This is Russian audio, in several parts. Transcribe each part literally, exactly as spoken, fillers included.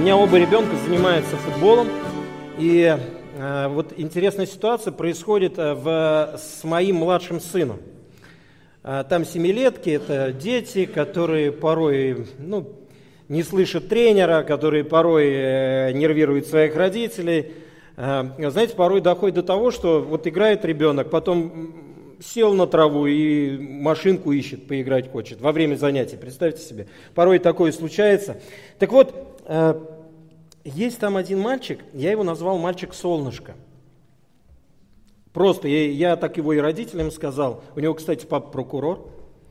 меня оба ребенка занимаются футболом, и э, вот интересная ситуация происходит в, с моим младшим сыном. Там семилетки, это дети, которые порой ну, не слышат тренера, которые порой э, нервируют своих родителей. Э, знаете, порой доходит до того, что вот играет ребенок, потом сел на траву и машинку ищет, поиграть хочет во время занятий. Представьте себе, порой такое случается. Так вот, э, есть там один мальчик, я его назвал мальчик-солнышко. Просто, я, я так его и родителям сказал. У него, кстати, папа прокурор.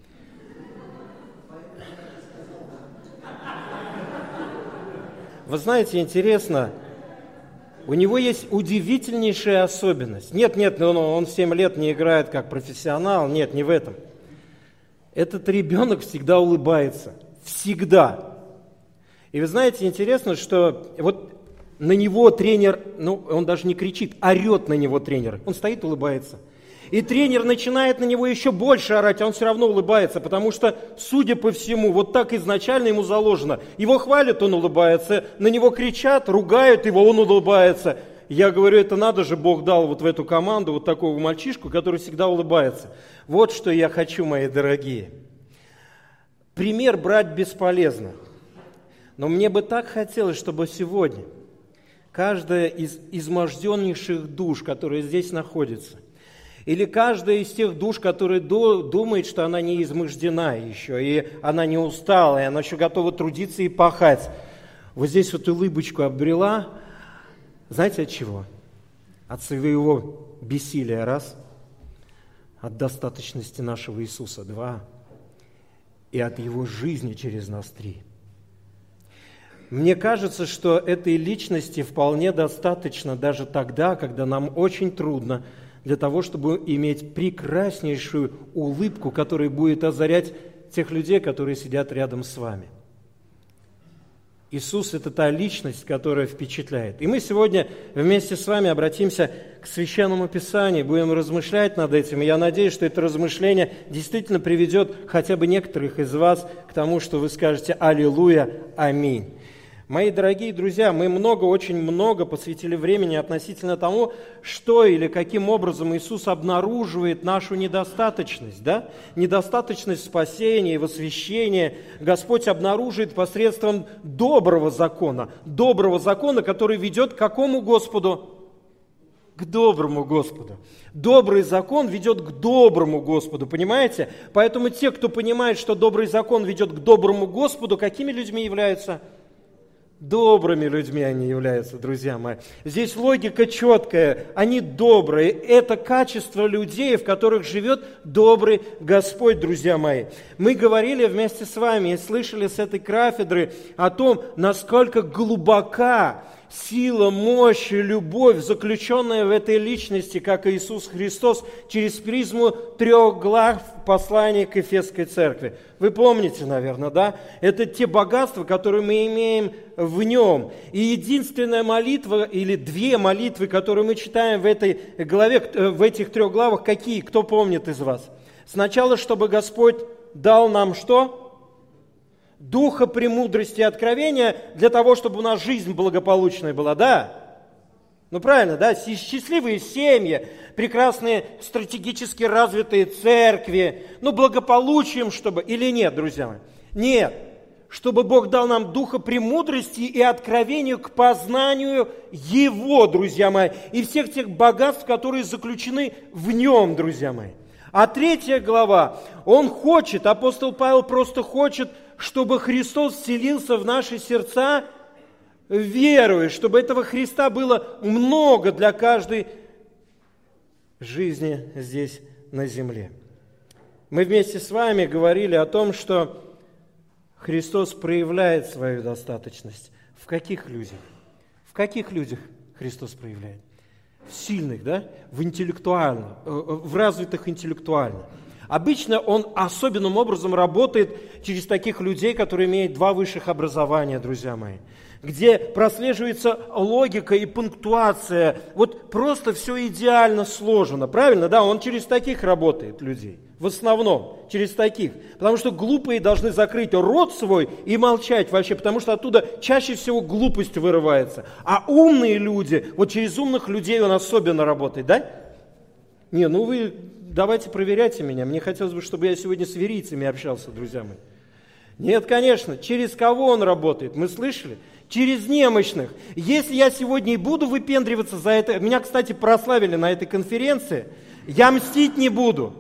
Вы знаете, интересно, у него есть удивительнейшая особенность. Нет, нет, он, он в семь лет не играет как профессионал, нет, не в этом. Этот ребенок всегда улыбается, всегда. И вы знаете, интересно, что вот на него тренер, ну, он даже не кричит, орет на него тренер. Он стоит, улыбается. И тренер начинает на него еще больше орать, а он все равно улыбается, потому что, судя по всему, вот так изначально ему заложено. Его хвалят, он улыбается, на него кричат, ругают его, он улыбается. Я говорю, это надо же, Бог дал вот в эту команду вот такого мальчишку, который всегда улыбается. Вот что я хочу, мои дорогие. Пример брать бесполезно. Но мне бы так хотелось, чтобы сегодня каждая из изможденнейших душ, которые здесь находятся, или каждая из тех душ, которые до, думает, что она не измождена еще, и она не устала, и она еще готова трудиться и пахать, вот здесь вот улыбочку обрела, знаете от чего? От своего бессилия, раз, от достаточности нашего Иисуса, два, и от Его жизни через нас, три. Мне кажется, что этой личности вполне достаточно даже тогда, когда нам очень трудно, для того, чтобы иметь прекраснейшую улыбку, которая будет озарять тех людей, которые сидят рядом с вами. Иисус – это та личность, которая впечатляет. И мы сегодня вместе с вами обратимся к Священному Писанию, будем размышлять над этим. И я надеюсь, что это размышление действительно приведет хотя бы некоторых из вас к тому, что вы скажете «Аллилуйя, аминь». Мои дорогие друзья, мы много, очень много посвятили времени относительно тому, что или каким образом Иисус обнаруживает нашу недостаточность, да? Недостаточность спасения и восхищения Господь обнаруживает посредством доброго закона, доброго закона, который ведет к какому Господу? К доброму Господу. Добрый закон ведет к доброму Господу, понимаете? Поэтому те, кто понимает, что добрый закон ведет к доброму Господу, какими людьми являются? Добрыми людьми они являются, друзья мои. Здесь логика четкая, они добрые. Это качество людей, в которых живет добрый Господь, друзья мои. Мы говорили вместе с вами и слышали с этой кафедры о том, насколько глубока сила, мощь и любовь, заключенная в этой личности, как Иисус Христос, через призму трех глав послания к Ефесской церкви. Вы помните, наверное, да? Это те богатства, которые мы имеем в нем. И единственная молитва, или две молитвы, которые мы читаем в этой главе, в этих трех главах, какие? Кто помнит из вас? Сначала, чтобы Господь дал нам что? Духа премудрости и откровения для того, чтобы у нас жизнь благополучная была, да? Ну правильно, да? Счастливые семьи, прекрасные стратегически развитые церкви, ну благополучием, чтобы... Или нет, друзья мои? Нет. Чтобы Бог дал нам духа премудрости и откровению к познанию Его, друзья мои, и всех тех богатств, которые заключены в Нем, друзья мои. А третья глава, он хочет, апостол Павел просто хочет, чтобы Христос вселился в наши сердца верой, чтобы этого Христа было много для каждой жизни здесь на земле. Мы вместе с вами говорили о том, что Христос проявляет свою достаточность. В каких людях? В каких людях Христос проявляет? В сильных, да? В интеллектуально, в развитых интеллектуально. Обычно он особенным образом работает через таких людей, которые имеют два высших образования, друзья мои, где прослеживается логика и пунктуация. Вот просто все идеально сложено, правильно? Да, он через таких работает людей. В основном, через таких. Потому что глупые должны закрыть рот свой и молчать вообще, потому что оттуда чаще всего глупость вырывается. А умные люди, вот через умных людей он особенно работает, да? Не, ну вы давайте проверяйте меня. Мне хотелось бы, чтобы я сегодня с верийцами общался, друзья мои. Нет, конечно, через кого он работает, мы слышали? Через немощных. Если я сегодня и буду выпендриваться за это, меня, кстати, прославили на этой конференции, я мстить не буду.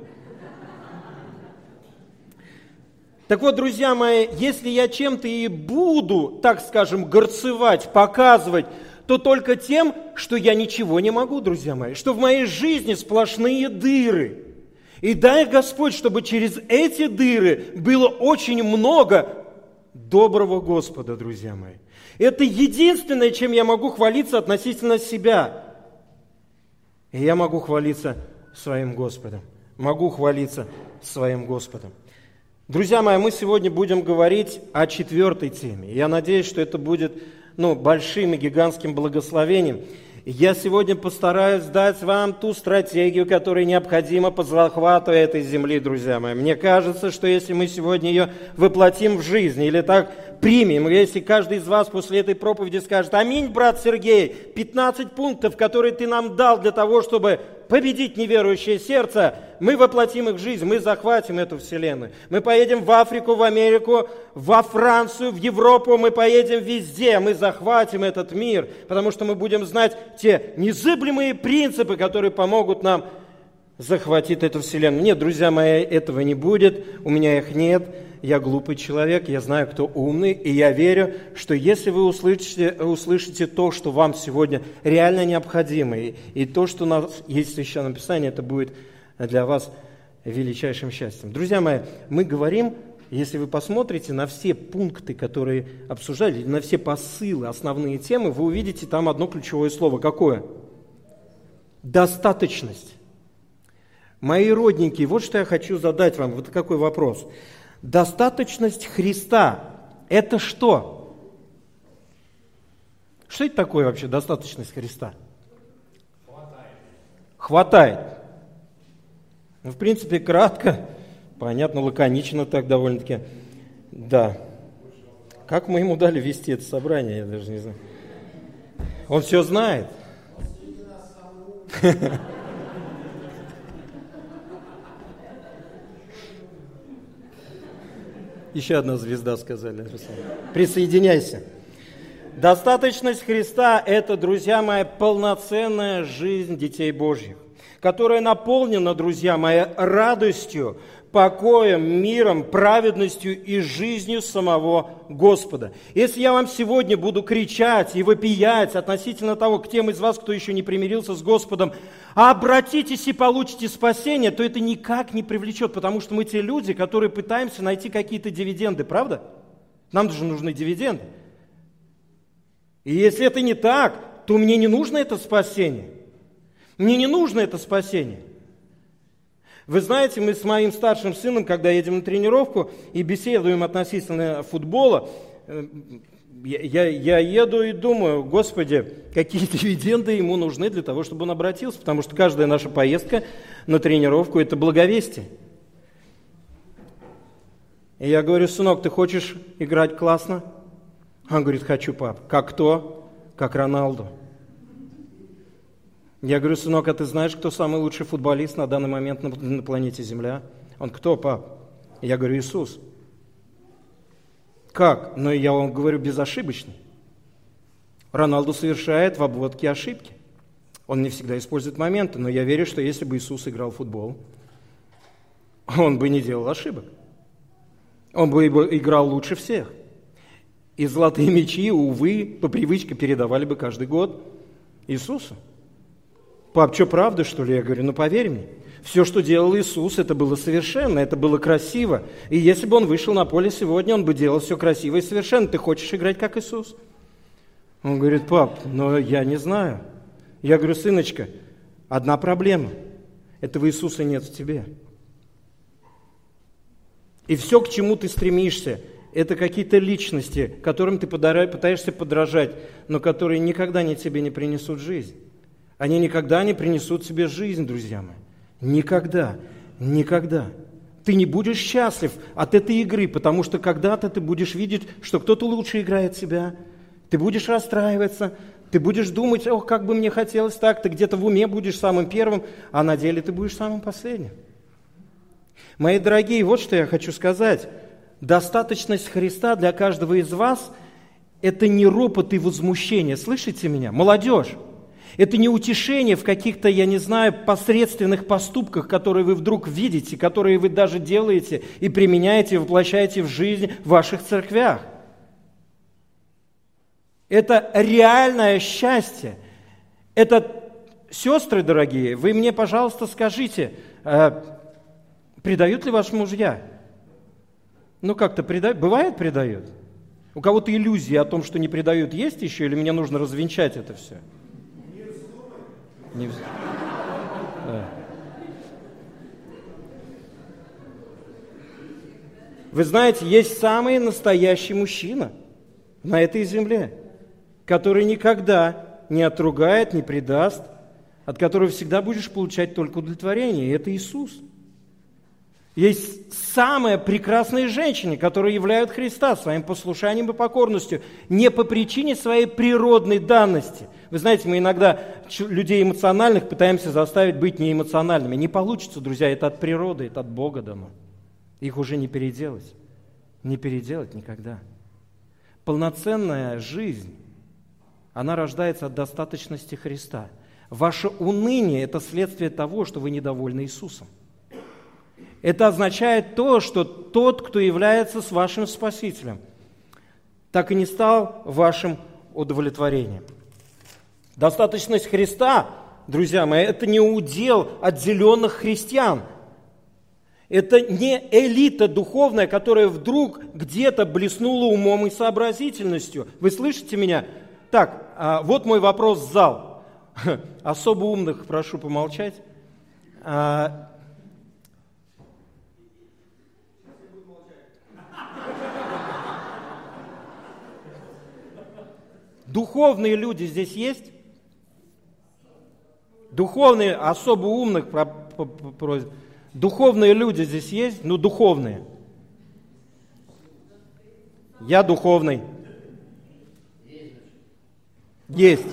Так вот, друзья мои, если я чем-то и буду, так скажем, горцевать, показывать, то только тем, что я ничего не могу, друзья мои, что в моей жизни сплошные дыры. И дай Господь, чтобы через эти дыры было очень много доброго Господа, друзья мои. Это единственное, чем я могу хвалиться относительно себя. И я могу хвалиться своим Господом. Могу хвалиться своим Господом. Друзья мои, мы сегодня будем говорить о четвертой теме. Я надеюсь, что это будет ну, большим и гигантским благословением. Я сегодня постараюсь дать вам ту стратегию, которая необходима по захвату этой земли, друзья мои. Мне кажется, что если мы сегодня ее воплотим в жизнь, или так примем, если каждый из вас после этой проповеди скажет: «Аминь, брат Сергей, пятнадцать пунктов, которые ты нам дал для того, чтобы победить неверующее сердце, мы воплотим их в жизнь, мы захватим эту вселенную. Мы поедем в Африку, в Америку, во Францию, в Европу, мы поедем везде, мы захватим этот мир, потому что мы будем знать те незыблемые принципы, которые помогут нам захватить эту вселенную». Нет, друзья мои, этого не будет, у меня их нет. Я глупый человек, я знаю, кто умный, и я верю, что если вы услышите, услышите то, что вам сегодня реально необходимо, и, и то, что у нас есть в Священном Писании, это будет для вас величайшим счастьем. Друзья мои, мы говорим, если вы посмотрите на все пункты, которые обсуждали, на все посылы, основные темы, вы увидите там одно ключевое слово. Какое? Достаточность. Мои родненькие, вот что я хочу задать вам, вот какой вопрос. Достаточность Христа – это что? Что это такое вообще достаточность Христа? Хватает. Хватает. Ну, в принципе, кратко, понятно, лаконично так довольно-таки. Да. Как мы ему дали вести это собрание, я даже не знаю. Он все знает. Еще одна звезда, сказали. Присоединяйся. Достаточность Христа – это, друзья мои, полноценная жизнь детей Божьих, которая наполнена, друзья мои, радостью, покоем, миром, праведностью и жизнью самого Господа. Если я вам сегодня буду кричать и вопиять относительно того, к тем из вас, кто еще не примирился с Господом, обратитесь и получите спасение, то это никак не привлечет, потому что мы те люди, которые пытаемся найти какие-то дивиденды, правда? Нам же нужны дивиденды. И если это не так, то мне не нужно это спасение. Мне не нужно это спасение. Вы знаете, мы с моим старшим сыном, когда едем на тренировку и беседуем относительно футбола, я, я еду и думаю: Господи, какие дивиденды ему нужны для того, чтобы он обратился, потому что каждая наша поездка на тренировку – это благовестие. И я говорю: сынок, ты хочешь играть классно? Он говорит: хочу, пап. Как кто? Как Роналду. Я говорю: сынок, а ты знаешь, кто самый лучший футболист на данный момент на, на планете Земля? Он: кто, пап? Я говорю: Иисус. Как? Ну, я вам говорю, безошибочный. Роналду совершает в обводке ошибки. Он не всегда использует моменты, но я верю, что если бы Иисус играл в футбол, он бы не делал ошибок. Он бы играл лучше всех. И золотые мячи, увы, по привычке передавали бы каждый год Иисусу. Пап, что, правда, что ли? Я говорю: ну поверь мне, все, что делал Иисус, это было совершенно, это было красиво. И если бы он вышел на поле сегодня, он бы делал все красиво и совершенно. Ты хочешь играть как Иисус? Он говорит: пап, но я не знаю. Я говорю: сыночка, одна проблема. Этого Иисуса нет в тебе. И все, к чему ты стремишься, это какие-то личности, которым ты пытаешься подражать, но которые никогда не тебе не принесут жизнь. Они никогда не принесут тебе жизнь, друзья мои. Никогда. Никогда. ты не будешь счастлив от этой игры, потому что когда-то ты будешь видеть, что кто-то лучше играет тебя, ты будешь расстраиваться, ты будешь думать, ох, как бы мне хотелось так, ты где-то в уме будешь самым первым, а на деле ты будешь самым последним. Мои дорогие, вот что я хочу сказать. Достаточность Христа для каждого из вас – это не ропот и возмущение. Слышите меня? Молодежь. Это не утешение в каких-то, я не знаю, посредственных поступках, которые вы вдруг видите, которые вы даже делаете и применяете, и воплощаете в жизнь в ваших церквях. Это реальное счастье. Это, сестры дорогие, вы мне, пожалуйста, скажите, э, предают ли ваши мужья? Ну как-то предают, бывает предают? У кого-то иллюзии о том, что не предают, есть еще, или мне нужно развенчать это все? Не вздумай. Да. Вы знаете, есть самый настоящий мужчина на этой земле, который никогда не отругает, не предаст, от которого всегда будешь получать только удовлетворение, и это Иисус. Есть самые прекрасные женщины, которые являют Христа своим послушанием и покорностью, не по причине своей природной данности. Вы знаете, мы иногда людей эмоциональных пытаемся заставить быть неэмоциональными. Не получится, друзья, это от природы, это от Бога дано. Их уже не переделать, не переделать никогда. Полноценная жизнь, она рождается от достаточности Христа. Ваше уныние – это следствие того, что вы недовольны Иисусом. Это означает то, что тот, кто является с вашим Спасителем, так и не стал вашим удовлетворением. Достаточность Христа, друзья мои, это не удел отделенных христиан. Это не элита духовная, которая вдруг где-то блеснула умом и сообразительностью. Вы слышите меня? Так, вот мой вопрос в зал. Особо умных прошу помолчать. Духовные люди здесь есть? Духовные, особо умных просьб. Духовные люди здесь есть? Ну, духовные. Я духовный. Есть.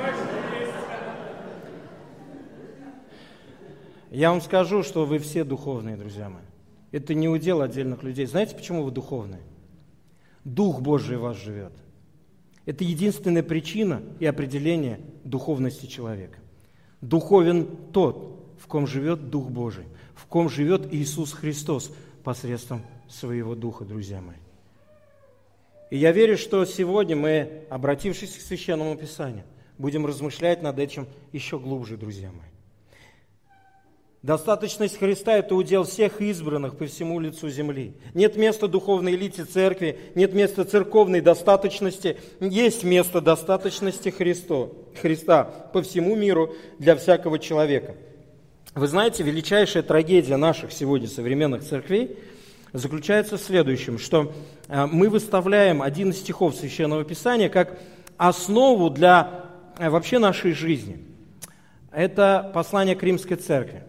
Я вам скажу, что вы все духовные, друзья мои. Это не удел отдельных людей. Знаете, почему вы духовные? Дух Божий в вас живет. Это единственная причина и определение духовности человека. Духовен тот, в ком живет Дух Божий, в ком живет Иисус Христос посредством своего Духа, друзья мои. И я верю, что сегодня мы, обратившись к Священному Писанию, будем размышлять над этим еще глубже, друзья мои. Достаточность Христа – это удел всех избранных по всему лицу земли. Нет места духовной элите церкви, нет места церковной достаточности, есть место достаточности Христо, Христа по всему миру для всякого человека. Вы знаете, величайшая трагедия наших сегодня современных церквей заключается в следующем, что мы выставляем один из стихов Священного Писания как основу для вообще нашей жизни. Это послание к Римской церкви.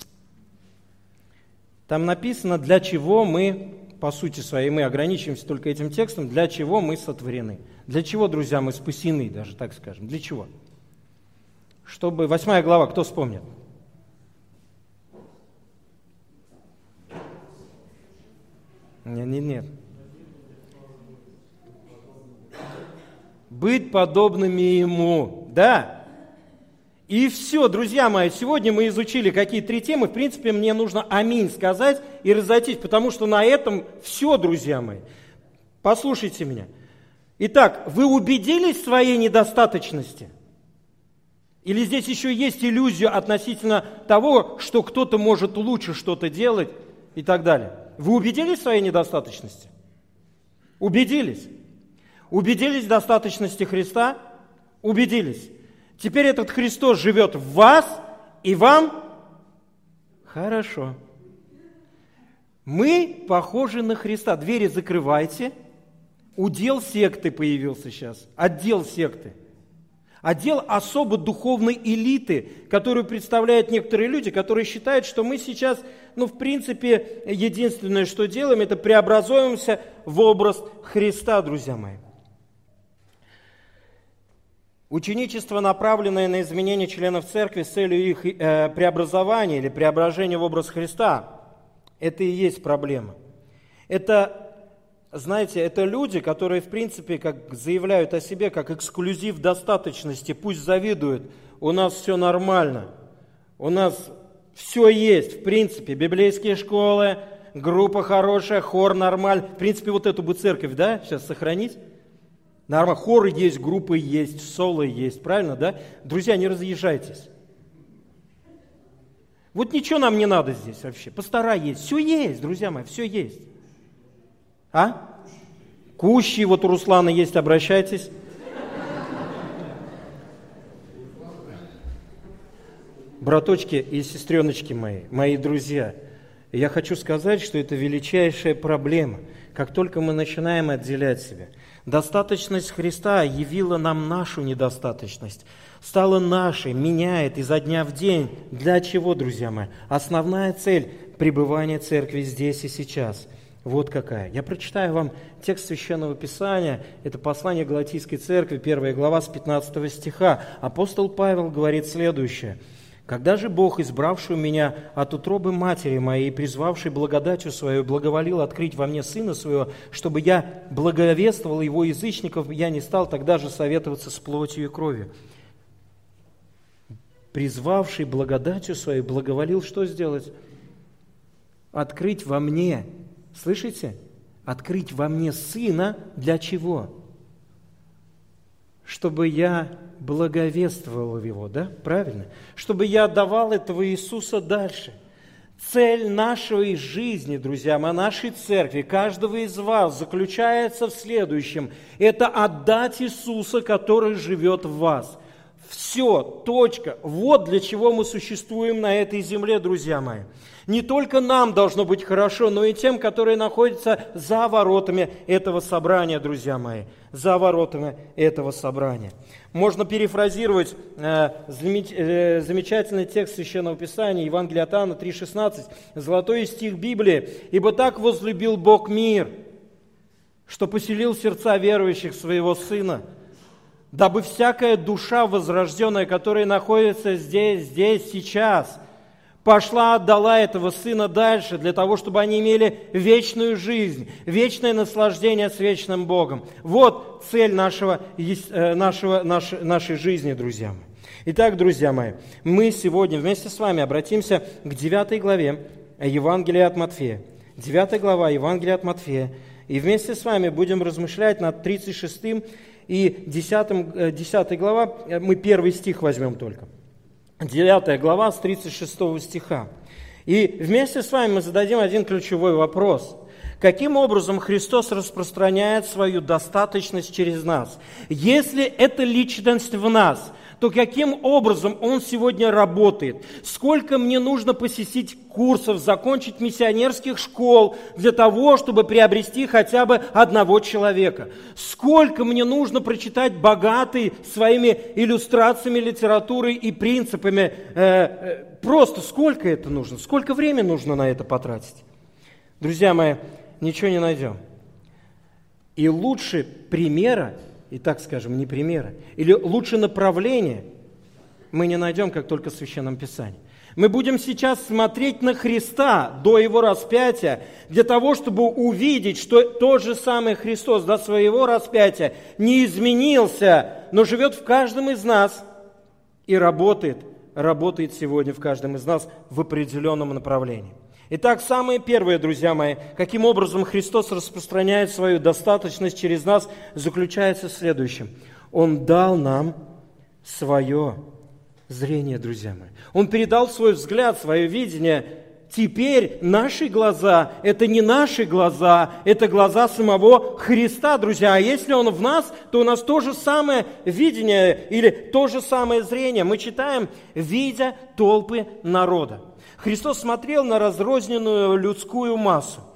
Там написано, для чего мы, по сути своей, мы ограничиваемся только этим текстом, для чего мы сотворены. Для чего, друзья, мы спасены, даже так скажем. Для чего? Чтобы... Восьмая глава, кто вспомнит? Нет, нет, нет. Быть подобными Ему, да. И все, друзья мои, сегодня мы изучили какие три темы. В принципе, мне нужно аминь сказать и разойтись, потому что на этом все, друзья мои. Послушайте меня. Итак, вы убедились в своей недостаточности? Или здесь еще есть иллюзия относительно того, что кто-то может лучше что-то делать и так далее? Вы убедились в своей недостаточности? Убедились? Убедились в достаточности Христа? Убедились. Теперь этот Христос живет в вас, и вам хорошо. Мы похожи на Христа. Двери закрывайте. Удел секты появился сейчас. Отдел секты. Отдел особо духовной элиты, которую представляют некоторые люди, которые считают, что мы сейчас, ну, в принципе, единственное, что делаем, это преобразуемся в образ Христа, друзья мои. Ученичество, направленное на изменение членов церкви с целью их э, преобразования или преображения в образ Христа, это и есть проблема. Это... Знаете, это люди, которые, в принципе, как заявляют о себе, как эксклюзив достаточности, пусть завидуют, у нас все нормально, у нас все есть, в принципе, библейские школы, группа хорошая, хор нормальный. В принципе, вот эту бы церковь, да, сейчас сохранить? Нормально, хор есть, группы есть, соло есть, правильно, да? Друзья, не разъезжайтесь. Вот ничего нам не надо здесь вообще, пастора есть, все есть, друзья мои, все есть. А? Кущи, вот у Руслана есть, обращайтесь. Браточки и сестреночки мои, мои друзья, я хочу сказать, что это величайшая проблема. Как только мы начинаем отделять себя, достаточность Христа явила нам нашу недостаточность, стала нашей, меняет изо дня в день. Для чего, друзья мои? Основная цель пребывания церкви здесь и сейчас – вот какая. Я прочитаю вам текст Священного Писания. Это послание Галатийской церкви, первая глава, с пятнадцатого стиха. Апостол Павел говорит следующее. «Когда же Бог, избравший меня от утробы матери моей и призвавший благодатью свою, благоволил открыть во мне Сына Своего, чтобы я благовествовал Его язычников, я не стал тогда же советоваться с плотью и кровью». Призвавший благодатью свою, благоволил что сделать? Открыть во мне. Слышите? Открыть во мне Сына для чего? Чтобы я благовествовал Его, да? Правильно? Чтобы я отдавал этого Иисуса дальше. Цель нашей жизни, друзья мои, нашей церкви, каждого из вас заключается в следующем. Это отдать Иисуса, который живет в вас. Все, точка. Вот для чего мы существуем на этой земле, друзья мои. Не только нам должно быть хорошо, но и тем, которые находятся за воротами этого собрания, друзья мои. За воротами этого собрания. Можно перефразировать э, э, замечательный текст Священного Писания, Евангелие от Иоанна три шестнадцать, золотой стих Библии. «Ибо так возлюбил Бог мир, что поселил сердца верующих своего Сына, дабы всякая душа возрожденная, которая находится здесь, здесь, сейчас, пошла, отдала этого Сына дальше, для того, чтобы они имели вечную жизнь, вечное наслаждение с вечным Богом». Вот цель нашего, нашего, нашей, нашей жизни, друзья мои. Итак, друзья мои, мы сегодня вместе с вами обратимся к девятой главе Евангелия от Матфея. девятая глава Евангелия от Матфея. И вместе с вами будем размышлять над тридцать шестым и десятым, десятой глава. Мы первый стих возьмем только. девятая глава с тридцать шестого стиха. И вместе с вами мы зададим один ключевой вопрос. Каким образом Христос распространяет свою достаточность через нас? Если это личность в нас, то каким образом Он сегодня работает? Сколько мне нужно посетить курсов, закончить миссионерских школ для того, чтобы приобрести хотя бы одного человека? Сколько мне нужно прочитать богатый своими иллюстрациями, литературой и принципами? Э, э, просто сколько это нужно? Сколько времени нужно на это потратить? Друзья мои, ничего не найдем. И лучше примера, и так скажем, не примера, или лучше направления мы не найдем, как только в Священном Писании. Мы будем сейчас смотреть на Христа до Его распятия, для того, чтобы увидеть, что тот же самый Христос до своего распятия не изменился, но живет в каждом из нас и работает, работает сегодня в каждом из нас в определенном направлении. Итак, самое первое, друзья мои, каким образом Христос распространяет свою достаточность через нас, заключается в следующем. Он дал нам свое зрение, друзья мои. Он передал свой взгляд, свое видение. Теперь наши глаза – это не наши глаза, это глаза самого Христа, друзья. А если Он в нас, то у нас то же самое видение или то же самое зрение. Мы читаем, видя толпы народа. Христос смотрел на разрозненную людскую массу.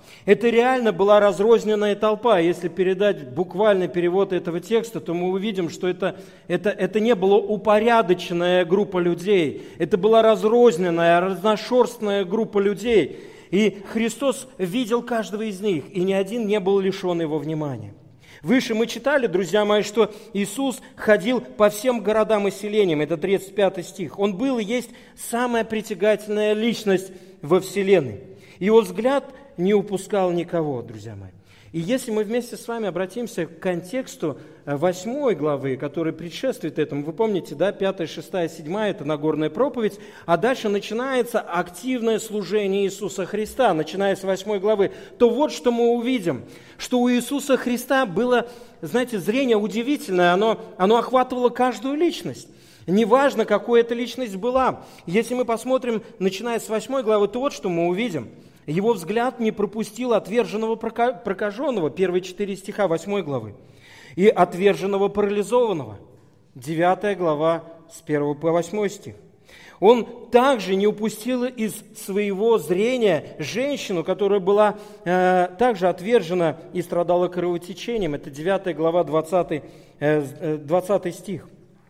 Это реально была разрозненная толпа. Если передать буквальный перевод этого текста, то мы увидим, что это, это, это не была упорядоченная группа людей. Это была разрозненная, разношерстная группа людей. И Христос видел каждого из них, и ни один не был лишен его внимания. Выше мы читали, друзья мои, что Иисус ходил по всем городам и селениям. Это тридцать пятый стих. Он был и есть самая притягательная личность во вселенной. Его взгляд не упускал никого, друзья мои. И если мы вместе с вами обратимся к контексту восьмой главы, которая предшествует этому, вы помните, да, пятая, шестая, седьмая – это Нагорная проповедь, а дальше начинается активное служение Иисуса Христа, начиная с восьмой главы, то вот что мы увидим, что у Иисуса Христа было, знаете, зрение удивительное, оно, оно охватывало каждую личность. Неважно, какой эта личность была. Если мы посмотрим, начиная с восьмой главы, то вот что мы увидим. Его взгляд не пропустил отверженного прокаженного, первые четыре стиха восьмой главы, и отверженного парализованного, девятая глава, с первого по восьмой стих. Он также не упустил из своего зрения женщину, которая была э, также отвержена и страдала кровотечением, это девятая глава, двадцатый, э, двадцатый стих.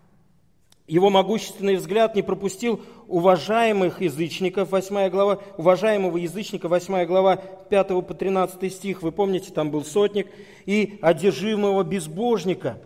Его могущественный взгляд не пропустил уважаемых язычников, восьмая глава, уважаемого язычника, восьмая глава, пятого по тринадцатый стих, вы помните, там был сотник, и одержимого безбожника,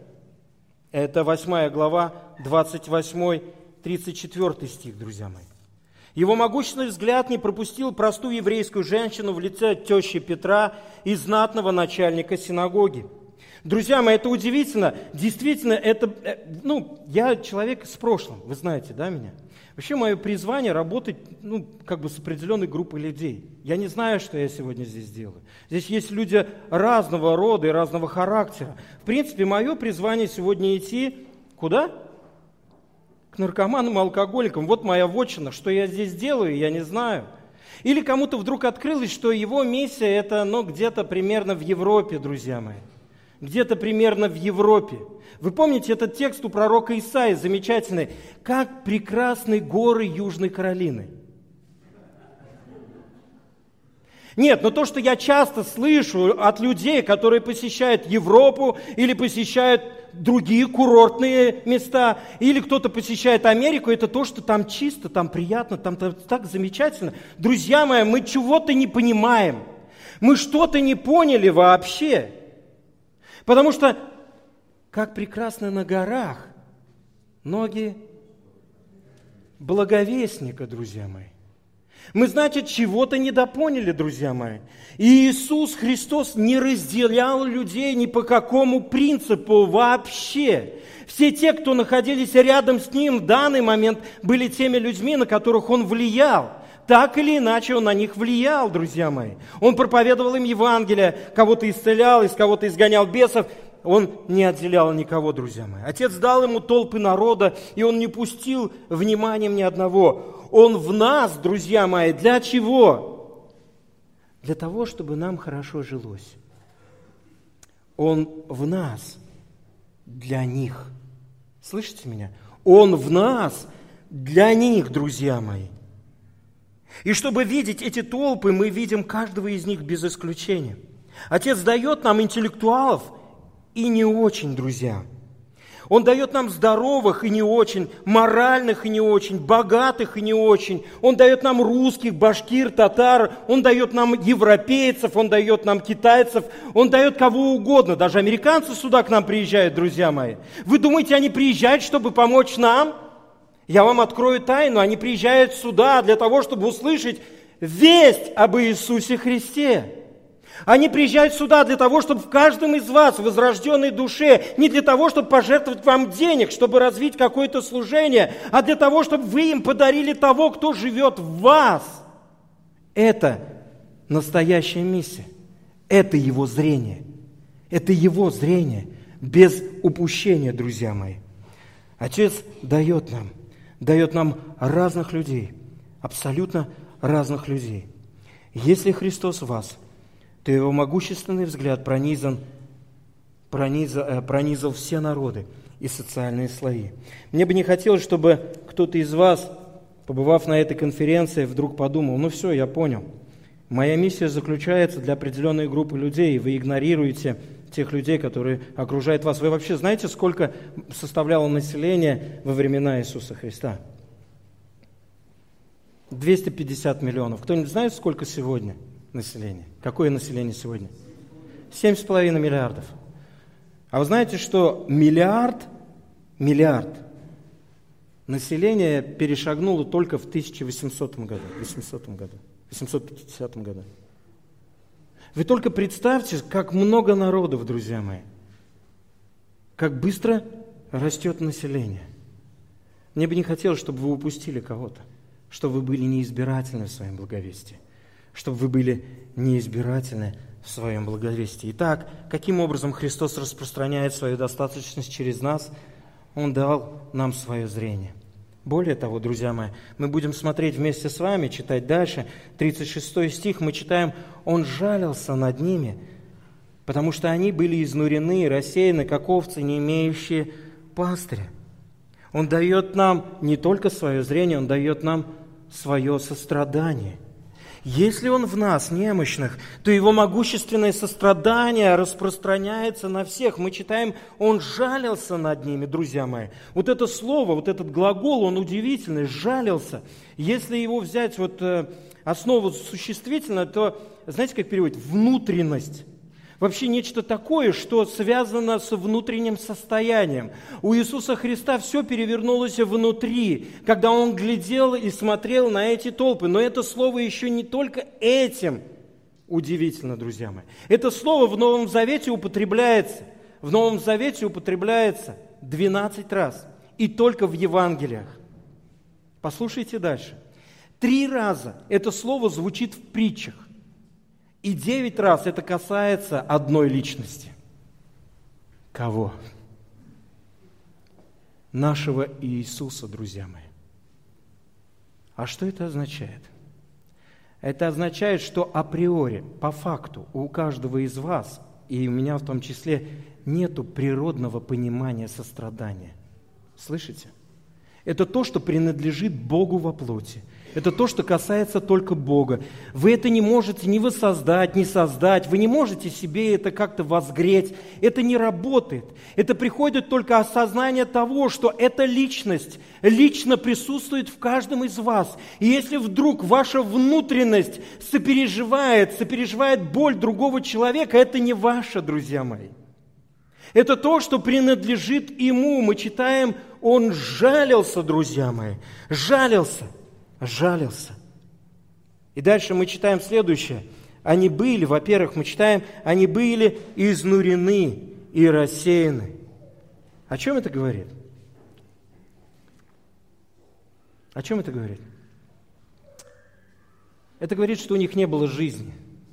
это восьмая глава, двадцать восьмой, тридцать четвёртый стих, друзья мои. Его могущественный взгляд не пропустил простую еврейскую женщину в лице тещи Петра и знатного начальника синагоги. Друзья мои, это удивительно. Действительно, это, ну, я человек с прошлым, вы знаете, да, меня? Вообще, мое призвание работать, ну, как бы с определенной группой людей. Я не знаю, что я сегодня здесь делаю. Здесь есть люди разного рода и разного характера. В принципе, мое призвание сегодня идти куда? К наркоманам и алкоголикам. Вот моя вотчина. Что я здесь делаю, я не знаю. Или кому-то вдруг открылось, что его миссия это, ну, где-то примерно в Европе, друзья мои. Где-то примерно в Европе. Вы помните этот текст у пророка Исаии, замечательный. «Как прекрасны горы Южной Каролины». Нет, но то, что я часто слышу от людей, которые посещают Европу или посещают другие курортные места, или кто-то посещает Америку, это то, что там чисто, там приятно, там так замечательно. Друзья мои, мы чего-то не понимаем. Мы что-то не поняли вообще. Потому что, как прекрасно на горах, ноги благовестника, друзья мои. Мы, значит, чего-то недопоняли, друзья мои. И Иисус Христос не разделял людей ни по какому принципу вообще. Все те, кто находились рядом с Ним в данный момент, были теми людьми, на которых Он влиял. Так или иначе Он на них влиял, друзья мои. Он проповедовал им Евангелие, кого-то исцелял, из кого-то изгонял бесов. Он не отделял никого, друзья мои. Отец дал ему толпы народа, и Он не пустил вниманием ни одного. Он в нас, друзья мои, для чего? Для того, чтобы нам хорошо жилось. Он в нас для них. Слышите меня? Он в нас для них, друзья мои. И чтобы видеть эти толпы, мы видим каждого из них без исключения. Отец дает нам интеллектуалов и не очень, друзья. Он дает нам здоровых и не очень, моральных и не очень, богатых и не очень. Он дает нам русских, башкир, татар. Он дает нам европейцев, он дает нам китайцев. Он дает кого угодно. Даже американцы сюда к нам приезжают, друзья мои. Вы думаете, они приезжают, чтобы помочь нам? Я вам открою тайну. Они приезжают сюда для того, чтобы услышать весть об Иисусе Христе. Они приезжают сюда для того, чтобы в каждом из вас, в возрожденной душе, не для того, чтобы пожертвовать вам денег, чтобы развить какое-то служение, а для того, чтобы вы им подарили того, кто живет в вас. Это настоящая миссия. Это его зрение. Это его зрение. Без упущения, друзья мои. Отец дает нам, дает нам разных людей. Абсолютно разных людей. Если Христос в вас, то его могущественный взгляд пронизан, пронизал, пронизал все народы и социальные слои. Мне бы не хотелось, чтобы кто-то из вас, побывав на этой конференции, вдруг подумал, ну все, я понял, Моя миссия заключается для определенной группы людей. Вы игнорируете тех людей, которые окружают вас. Вы вообще знаете, сколько составляло население во времена Иисуса Христа? двести пятьдесят миллионов. Кто-нибудь знает, сколько сегодня населения? Какое население сегодня? семь с половиной миллиардов. А вы знаете, что миллиард, миллиард населения перешагнуло только в тысяча восьмисотом году, восьмисотом году, восемьсот пятидесятом году. Вы только представьте, как много народов, друзья мои, как быстро растет население. Мне бы не хотелось, чтобы вы упустили кого-то, чтобы вы были неизбирательны в своем благовестии, чтобы вы были неизбирательны в своем благовестии. Итак, каким образом Христос распространяет свою достаточность через нас? Он дал нам свое зрение. Более того, друзья мои, мы будем смотреть вместе с вами, читать дальше. тридцать шестой стих мы читаем: «Он жалился над ними, потому что они были изнурены и рассеяны, как овцы, не имеющие пастыря». Он дает нам не только свое зрение, Он дает нам свое сострадание. Если Он в нас, немощных, то Его могущественное сострадание распространяется на всех. Мы читаем: Он жалился над ними, друзья мои. Вот это слово, вот этот глагол, он удивительный, жалился. Если его взять, вот основу существительного, то, знаете, как переводит? Внутренность. Вообще нечто такое, что связано с внутренним состоянием. У Иисуса Христа все перевернулось внутри, когда Он глядел и смотрел на эти толпы. Но это слово еще не только этим удивительно, друзья мои. Это слово в Новом Завете употребляется. В Новом Завете употребляется двенадцать раз. И только в Евангелиях. Послушайте дальше. Три раза это слово звучит в притчах. И девять раз это касается одной личности. Кого? Нашего Иисуса, друзья мои. А что это означает? Это означает, что априори, по факту, у каждого из вас, и у меня в том числе, нету природного понимания сострадания. Слышите? Это то, что принадлежит Богу во плоти. Это то, что касается только Бога. Вы это не можете ни воссоздать, ни создать. Вы не можете себе это как-то возгреть. Это не работает. Это приходит только осознание того, что эта личность лично присутствует в каждом из вас. И если вдруг ваша внутренность сопереживает, сопереживает боль другого человека, это не ваша, друзья мои. Это то, что принадлежит Ему. Мы читаем: Он жалился, друзья мои, жалился. Жалился. И дальше мы читаем следующее. Они были, во-первых, мы читаем, они были изнурены и рассеяны. О чем это говорит? О чем это говорит? Это говорит, что у них не было жизни.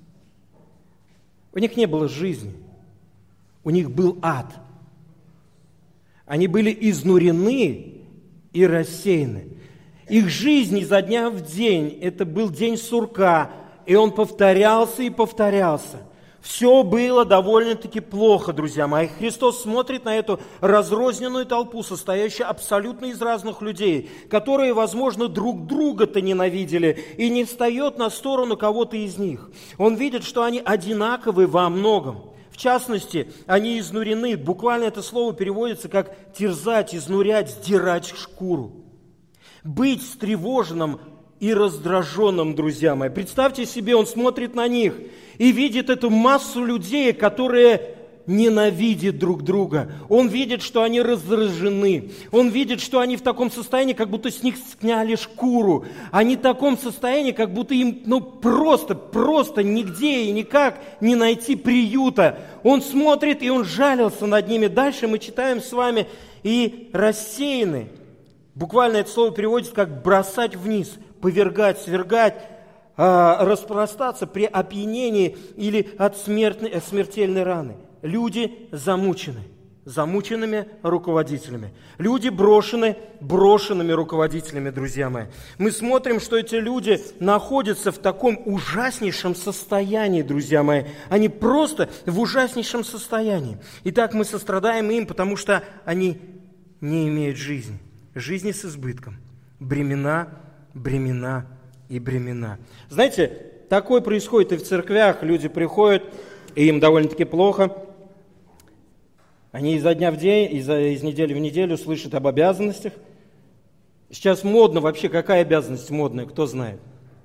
У них не было жизни. У них был ад. Они были изнурены и рассеяны. Их жизнь изо дня в день, это был день сурка, и он повторялся и повторялся. Все было довольно-таки плохо, друзья мои. Христос смотрит на эту разрозненную толпу, состоящую абсолютно из разных людей, которые, возможно, друг друга-то ненавидели, и не встает на сторону кого-то из них. Он видит, что они одинаковы во многом. В частности, они изнурены. Буквально это слово переводится как терзать, изнурять, сдирать шкуру. Быть встревоженным и раздраженным, друзья мои. Представьте себе, он смотрит на них и видит эту массу людей, которые ненавидят друг друга. Он видит, что они раздражены. Он видит, что они в таком состоянии, как будто с них сняли шкуру. Они в таком состоянии, как будто им ну, просто, просто нигде и никак не найти приюта. Он смотрит, и он жалился над ними. Дальше мы читаем с вами: и рассеяны. Буквально это слово переводится как бросать вниз, повергать, свергать, э, распростаться при опьянении или от смертной, смертельной раны. Люди замучены, замученными руководителями. Люди брошены, брошенными руководителями, друзья мои. Мы смотрим, что эти люди находятся в таком ужаснейшем состоянии, друзья мои. Они просто в ужаснейшем состоянии. Итак, мы сострадаем им, потому что они не имеют жизни. Жизни с избытком. Бремена, бремена и бремена. Знаете, такое происходит и в церквях. Люди приходят, и им довольно-таки плохо. Они изо дня в день, изо, из недели в неделю слышат об обязанностях. Сейчас модно вообще, какая обязанность модная, кто знает?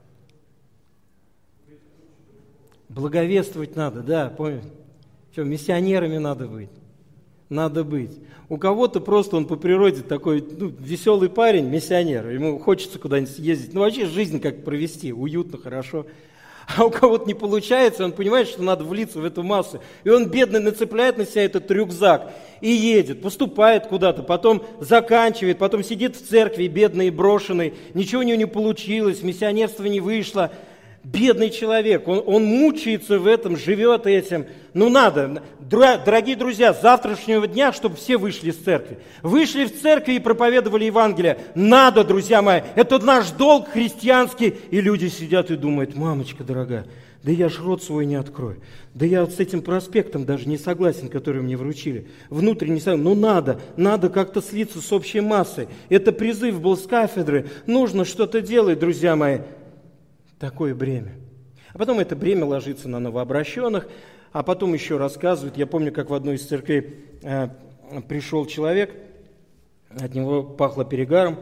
Благовествовать надо, да, помните? Что, миссионерами надо быть? Надо быть. У кого-то просто он по природе такой ну, веселый парень, миссионер, ему хочется куда-нибудь ездить. Ну, вообще жизнь как провести, уютно, хорошо. А у кого-то не получается, он понимает, что надо влиться в эту массу. И он, бедный, нацепляет на себя этот рюкзак и едет, поступает куда-то, потом заканчивает, потом сидит в церкви, бедный и брошенный, ничего у него не получилось, миссионерство не вышло. Бедный человек, он, он мучается в этом, живет этим. Ну надо, дорогие друзья, с завтрашнего дня, чтобы все вышли из церкви. Вышли в церкви и проповедовали Евангелие. Надо, друзья мои, это наш долг христианский. И люди сидят и думают: мамочка дорогая, да я ж рот свой не открою. Да я вот с этим проспектом даже не согласен, который мне вручили. Внутренне не согласен. Ну надо, надо как-то слиться с общей массой. Это призыв был с кафедры. Нужно что-то делать, друзья мои. Такое бремя. А потом это бремя ложится на новообращенных, а потом еще рассказывают. Я помню, как в одной из церквей э, пришел человек, от него пахло перегаром,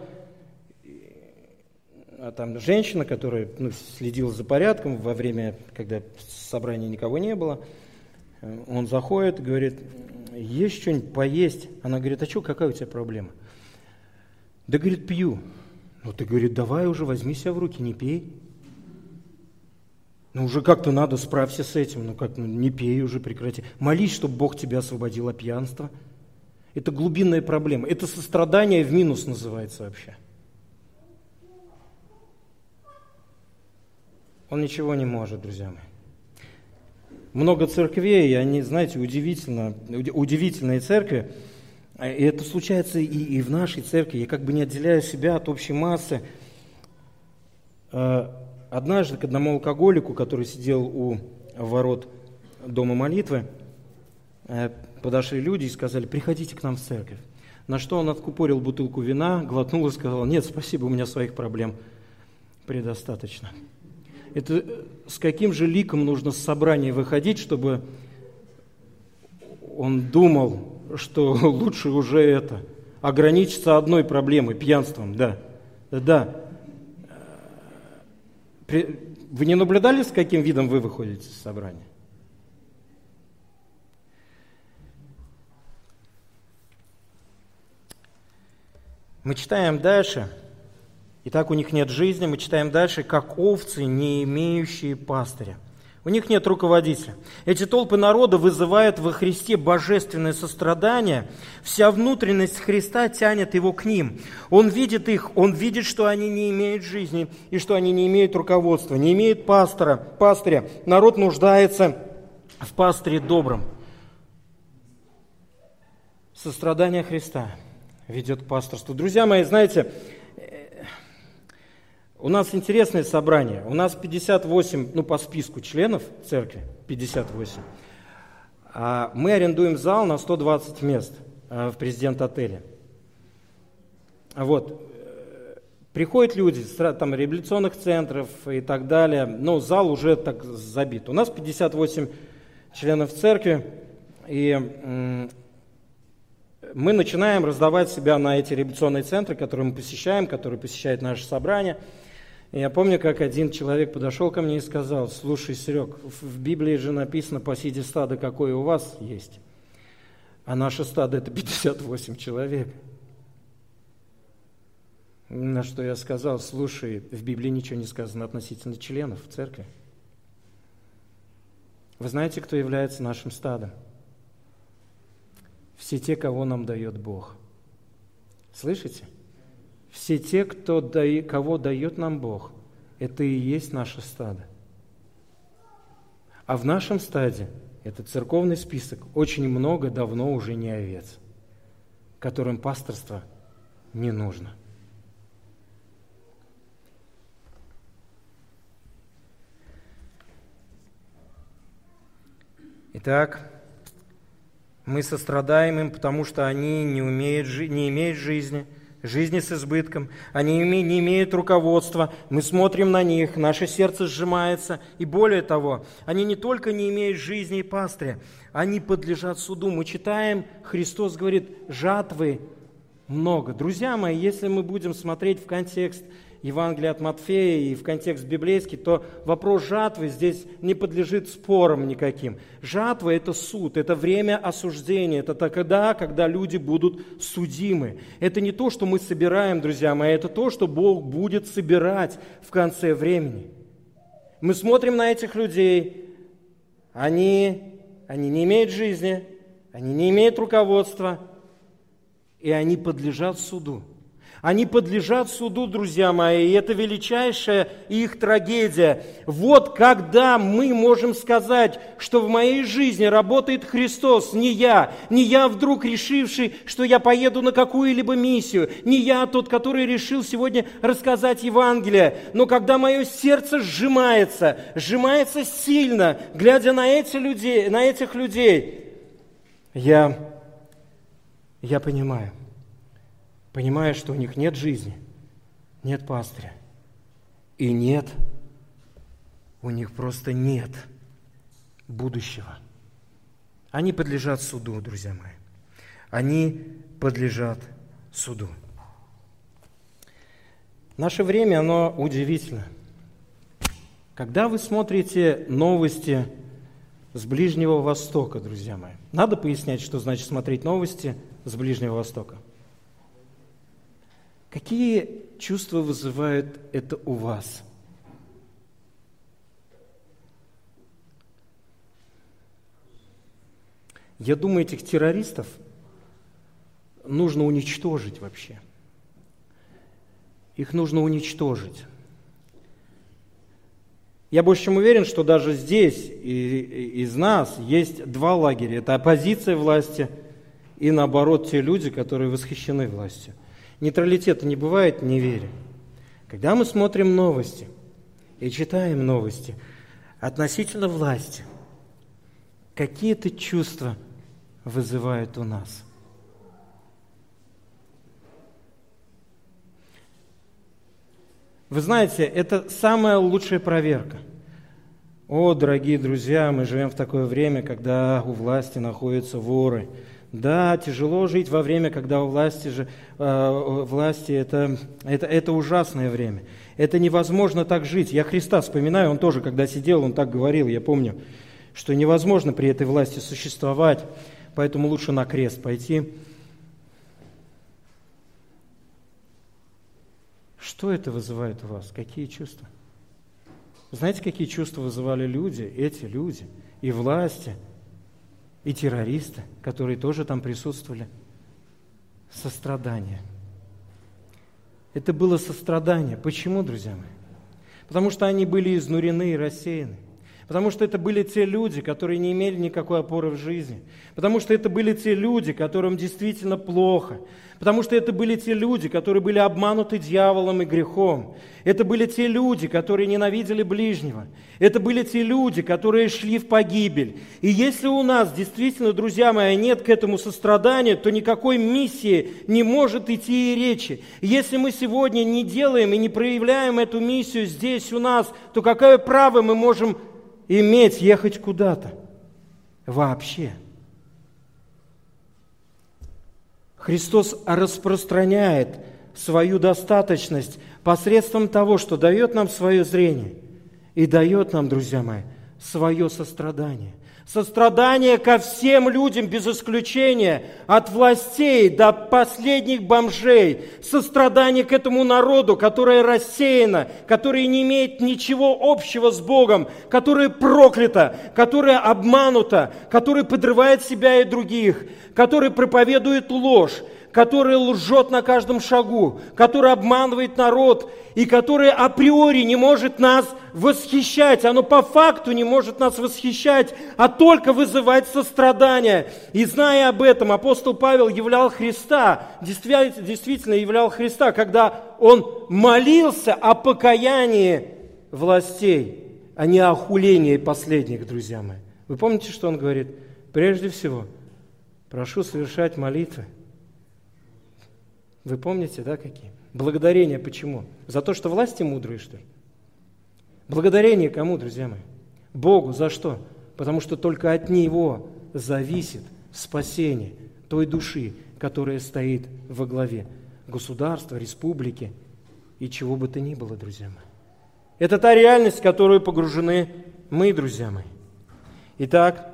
а там женщина, которая ну, следила за порядком во время, когда собрания никого не было. Он заходит и говорит: есть что-нибудь поесть? Она говорит: а что, какая у тебя проблема? Да, говорит, пью. Ну ты, говорит, давай уже, возьми себя в руки, не пей. Ну, уже как-то надо, справься с этим, ну, как, ну, не пей уже, прекрати. Молись, чтобы Бог тебя освободил от пьянства. Это глубинная проблема. Это сострадание в минус называется вообще. Он ничего не может, друзья мои. Много церквей, и они, знаете, удивительно, удивительные церкви. И это случается и, и в нашей церкви. Я как бы не отделяю себя от общей массы. Однажды к одному алкоголику, который сидел у ворот дома молитвы, подошли люди и сказали: приходите к нам в церковь. На что он откупорил бутылку вина, глотнул и сказал: нет, спасибо, у меня своих проблем предостаточно. Это с каким же ликом нужно с собрания выходить, чтобы он думал, что лучше уже это, ограничиться одной проблемой, пьянством, да, да. Вы не наблюдали, с каким видом вы выходите из собрания? Мы читаем дальше. Итак, у них нет жизни. Мы читаем дальше: как овцы, не имеющие пастыря. У них нет руководителя. Эти толпы народа вызывают во Христе божественное сострадание. Вся внутренность Христа тянет его к ним. Он видит их, он видит, что они не имеют жизни и что они не имеют руководства, не имеют пастора, пастыря. Народ нуждается в пастыре добром. Сострадание Христа ведет к пасторству. Друзья мои, знаете, у нас интересное собрание. У нас пятьдесят восемь, ну, по списку членов церкви, пятьдесят восемь. А мы арендуем зал на сто двадцать мест в президент-отеле. Вот. Приходят люди, там, реабилитационных центров и так далее, но зал уже так забит. У нас пятьдесят восемь членов церкви, и мы начинаем раздавать себя на эти реабилитационные центры, которые мы посещаем, которые посещают наши собрания. И я помню, как один человек подошел ко мне и сказал: слушай, Серег, в Библии же написано: пасите стадо, какое у вас есть. А наше стадо – это пятьдесят восемь человек. На что я сказал: слушай, в Библии ничего не сказано относительно членов в церкви. Вы знаете, кто является нашим стадом? Все те, кого нам дает Бог. Слышите? Все те, кто дает, кого дает нам Бог, это и есть наше стадо. А в нашем стаде, это церковный список, очень много давно уже не овец, которым пасторство не нужно. Итак, мы сострадаем им, потому что они не, умеют, не имеют жизни, жизни с избытком, они не имеют руководства, мы смотрим на них, наше сердце сжимается, и более того, они не только не имеют жизни и пастыря, они подлежат суду. Мы читаем, Христос говорит, жатвы много. Друзья мои, если мы будем смотреть в контекст Евангелия от Матфея и в контекст библейский, то вопрос жатвы здесь не подлежит спорам никаким. Жатва – это суд, это время осуждения, это тогда, когда люди будут судимы. Это не то, что мы собираем, друзья мои, это то, что Бог будет собирать в конце времени. Мы смотрим на этих людей, они, они не имеют жизни, они не имеют руководства, и они подлежат суду. Они подлежат суду, друзья мои, и это величайшая их трагедия. Вот когда мы можем сказать, что в моей жизни работает Христос, не я, не я вдруг решивший, что я поеду на какую-либо миссию, не я тот, который решил сегодня рассказать Евангелие, но когда мое сердце сжимается, сжимается сильно, глядя на, эти людей, на этих людей, я, я понимаю, Понимая, что у них нет жизни, нет пастыря, и нет, у них просто нет будущего. Они подлежат суду, друзья мои. Они подлежат суду. Наше время, оно удивительно. Когда вы смотрите новости с Ближнего Востока, друзья мои, надо пояснять, что значит смотреть новости с Ближнего Востока. Какие чувства вызывает это у вас? Я думаю, этих террористов нужно уничтожить вообще. Их нужно уничтожить. Я больше чем уверен, что даже здесь из нас есть два лагеря. Это оппозиция власти и, наоборот, те люди, которые восхищены властью. Нейтралитета не бывает, не верю. Когда мы смотрим новости и читаем новости относительно власти, какие-то чувства вызывают у нас. Вы знаете, это самая лучшая проверка. О, дорогие друзья, мы живем в такое время, когда у власти находятся воры. Да, тяжело жить во время, когда у власти, же, э, власти это, это, это ужасное время. Это невозможно так жить. Я Христа вспоминаю, Он тоже, когда сидел, Он так говорил, я помню, что невозможно при этой власти существовать, поэтому лучше на крест пойти. Что это вызывает у вас? Какие чувства? Знаете, какие чувства вызывали люди, эти люди, и власти, и террористы, которые тоже там присутствовали? Сострадание. Это было сострадание. Почему, друзья мои? Потому что они были изнурены и рассеяны. Потому что это были те люди, которые не имели никакой опоры в жизни. Потому что это были те люди, которым действительно плохо. Потому что это были те люди, которые были обмануты дьяволом и грехом. Это были те люди, которые ненавидели ближнего. Это были те люди, которые шли в погибель. И если у нас действительно, друзья мои, нет к этому сострадания, то никакой миссии не может идти и речи. Если мы сегодня не делаем и не проявляем эту миссию здесь у нас, то какое право мы можем иметь ехать куда-то вообще? Христос распространяет свою достаточность посредством того, что дает нам свое зрение и дает нам, друзья мои, свое сострадание. Сострадание ко всем людям без исключения, от властей до последних бомжей. Сострадание к этому народу, которое рассеяно, которое не имеет ничего общего с Богом, которое проклято, которое обмануто, которое подрывает себя и других, которое проповедует ложь, который лжет на каждом шагу, который обманывает народ и который априори не может нас восхищать. Оно по факту не может нас восхищать, а только вызывать сострадание. И зная об этом, апостол Павел являл Христа, действительно являл Христа, когда он молился о покаянии властей, а не о хулении последних, друзья мои. Вы помните, что он говорит? Прежде всего, прошу совершать молитвы Вы помните, да, какие? Благодарение почему? За то, что власти мудрые, что ли? Благодарение кому, друзья мои? Богу. За что? Потому что только от Него зависит спасение той души, которая стоит во главе государства, республики и чего бы то ни было, друзья мои. Это та реальность, в которую погружены мы, друзья мои. Итак,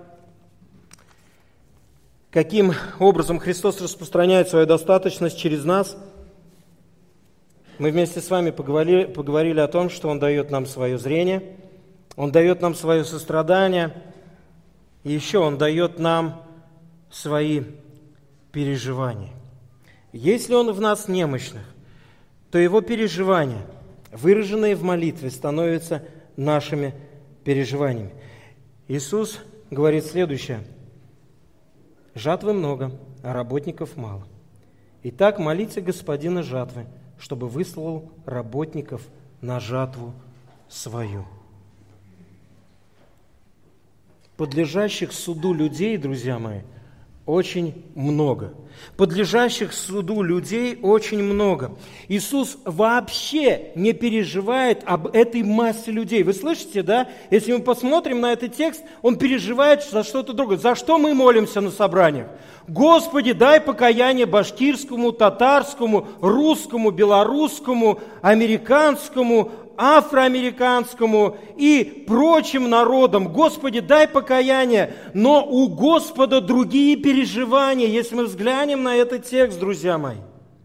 каким образом Христос распространяет свою достаточность через нас? Мы вместе с вами поговорили, поговорили о том, что Он дает нам свое зрение, Он дает нам свое сострадание, и еще Он дает нам свои переживания. Если Он в нас немощных, то Его переживания, выраженные в молитве, становятся нашими переживаниями. Иисус говорит следующее: «Жатвы много, а работников мало. Итак, молите Господина жатвы, чтобы выслал работников на жатву свою». Подлежащих суду людей, друзья мои, очень много. Подлежащих суду людей очень много. Иисус вообще не переживает об этой массе людей. Вы слышите, да? Если мы посмотрим на этот текст, Он переживает за что-то другое. За что мы молимся на собраниях? Господи, дай покаяние башкирскому, татарскому, русскому, белорусскому, американскому, афроамериканскому и прочим народам. Господи, дай покаяние. Но у Господа другие переживания, если мы взглянем на этот текст, друзья мои.